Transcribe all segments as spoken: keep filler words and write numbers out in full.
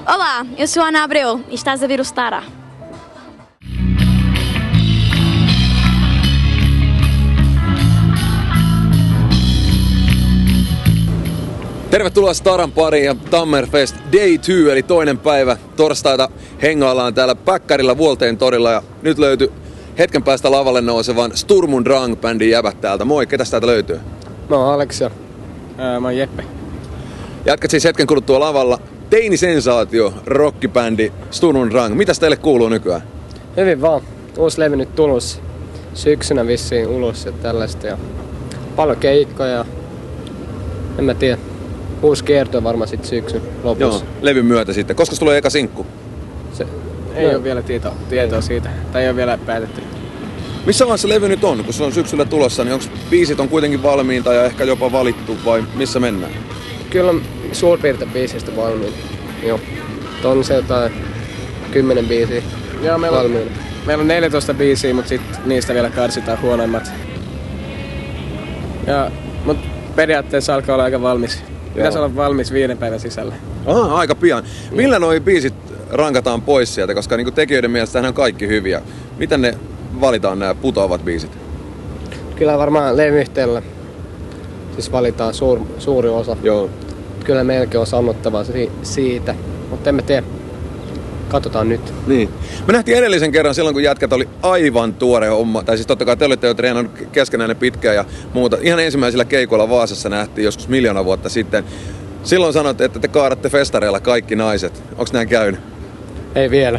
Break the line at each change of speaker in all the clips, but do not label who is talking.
Olá, eu sou Ana Abreu e estás a ver o Stara.
Tervetuloa Staran pariin ja Tammerfest Day two eli toinen päivä. Torstaita hengaillaan täällä Päkkärillä Vuolteen torilla ja nyt löytyy hetken päästä lavalle nousevan Sturm und Drang-bändin jäbät täältä. Moi, ketäs täältä löytyy?
Mä oon Aleksia. Ää, mä oon Jeppe.
Jatkat siis hetken kuluttua lavalla. Teini-sensaatio, rockibändi Sturm und Drang. Mitäs teille kuuluu nykyään?
Hyvin vaan. Uusi levy nyt tulos syksynä vissiin ulos ja tällaista. Ja paljon keikkoja. En mä tiedä. Uusi kierto varmaan sit syksyn lopussa.
Joo, levyn myötä sitten. Koska tulee eka sinkku?
Se, ei no. ole vielä tietoa, tietoa siitä. Tai ei ole vielä päätetty.
Missä vaiheessa levy nyt on? Kun se on syksyllä tulossa, niin onko biisit on kuitenkin valmiita ja ehkä jopa valittu vai missä mennään?
Kyllä on suurin piirtein biisistä valmiita. Joo. On se jotain kymmenen biisiä. Joo, meillä on, meillä on neljätoista biisiä, mutta sit niistä vielä karsitaan huonoimmat. Ja, mut periaatteessa alkaa olla aika valmis. Pitäisi olla valmis viiden päivän sisällä.
Aha, aika pian. Millä noi biisit rankataan pois sieltä, koska niinku tekijöiden mielestä ne on kaikki hyviä. Miten ne valitaan nämä putoavat biisit? Kyllä
varmaan levyyhtiöllä siis valitaan suur, suuri osa.
Joo.
Kyllä melkein on sanottavaa si- siitä, mutta emme tiedä. Katsotaan nyt.
Niin. Me nähtiin edellisen kerran silloin, kun jätkät oli aivan tuore homma. Tai siis totta kai te olitte jo treenannut keskenään pitkään ja muuta. Ihan ensimmäisillä keikoilla Vaasassa nähtiin joskus miljoona vuotta sitten. Silloin sanoitte, että te kaadatte festareilla kaikki naiset. Onks näin käynyt?
Ei vielä.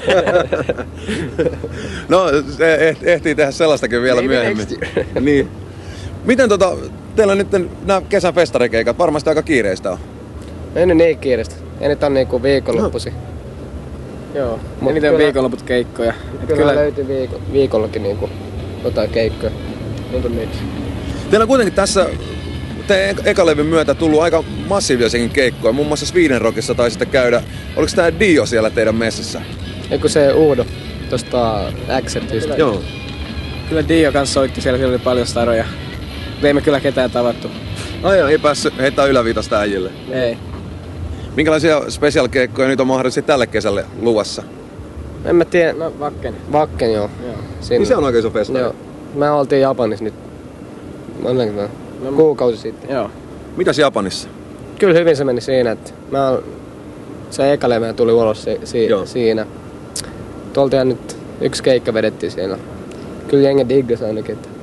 No, se ehtii tehdä sellaistakin vielä
Ei
myöhemmin. Niin. Miten tota, teillä nyt nämä kesän festarikeikat varmasti aika kiireistä on?
Ei nyt niin kiireistä. Ei nyt on niinku viikonloppusi. No. Joo. Eniten on viikonloput keikkoja. Kyllä, kyllä löytyy viiko, viikollakin niinku jotain keikkoja. Niin kuin nyt.
Teillä on kuitenkin tässä teidän ekalevyn myötä tullut aika massiivisiakin keikkoja. Muun muassa Sweden Rockissa taisitte käydä. Oliko tää Dio siellä teidän messissä?
Eiku se Uudo tosta Acceptista.
Joo.
Kyllä Dio kanssa soitti siellä, siellä oli paljon staroja. Ei me kyllä ketään tavattu.
Ai joo, ei päässyt heittää yläviitosta äijille.
Ei.
Minkälaisia special-keikkoja nyt on mahdollisesti tälle kesälle luvassa?
En mä tiedä. No Vakken. Vakken joo. joo.
Niin se on oikein iso festari.
Joo. Me oltiin Japanissa nyt. Monenkin no, kuukausi sitten. Joo.
Mitäs Japanissa?
Kyllä hyvin se meni siinä, että mä ol... se eka levy tuli ulos si... Si... siinä. Tuolta nyt yksi keikka vedettiin siinä. Kyllä jengi diggasi ainakin. Että...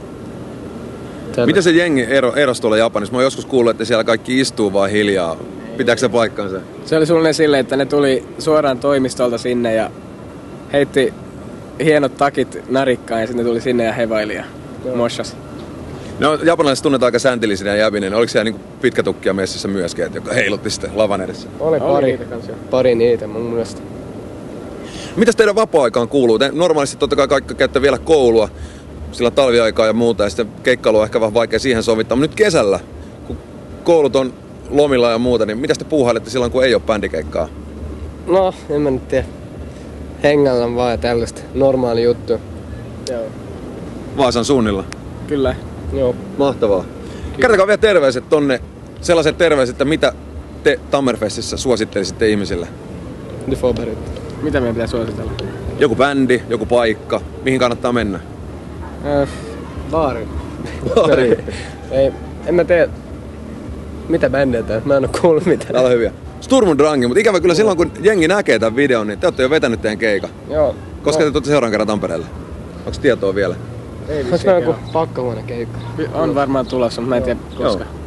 Miten se jengi ero, erosi tuolla Japanissa? Mä oon joskus kuullut, että siellä kaikki istuu vaan hiljaa. Pitääkö se paikkansa?
Se oli suunnilleen silleen, että ne tuli suoraan toimistolta sinne ja heitti hienot takit narikkaan ja sitten ne tuli sinne ja hevaili ja moshas.
No japanilaiset tunnetaan aika säntilisinä ja jäbinen. Oliko siellä niinku pitkä tukkia messissä myöskin, joka heilutti sitten lavan edessä?
Oli pari, niitä pari niitä mun mielestä.
Mitäs teidän vapaa-aikaan kuuluu? Te normaalisti totta kai kaikki käytte vielä koulua, sillä talviaikaa ja muuta ja sitten keikkailu on ehkä vähän vaikea siihen sovittaa. Mutta nyt kesällä, kun koulut on lomilla ja muuta, niin mitä te puuhailette silloin, kun ei ole bändikeikkaa?
No, en mä nyt tiedä. Hengällä vaan ja tällaista normaali juttu. Joo.
Vaasan suunnilla?
Kyllä. Joo.
Mahtavaa. Kyllä. Kertokaa vielä terveiset tonne, sellaiset terveiset, että mitä te Tammerfestissä suosittelisitte ihmisille?
The Foberit. Mitä meidän pitää suositella?
Joku bändi, joku paikka, mihin kannattaa mennä?
Äh, baari. Baari? Ei, en mä tiedä. Mitä bändejä tää? Mä en oo kuullut mitään.
Täällä on hyviä. Sturm und Drang, mutta ikävä kyllä silloin kun jengi näkee tämän videon, niin te ootte jo vetänyt teidän keikan.
Joo.
Koska
no.
te tuutte seuraavan kerran Tampereelle? Onks tietoa vielä?
Ei. Onks meillä joku pakkahuone keikka? On varmaan tulossa, mutta mä en tiedä koska. Joo.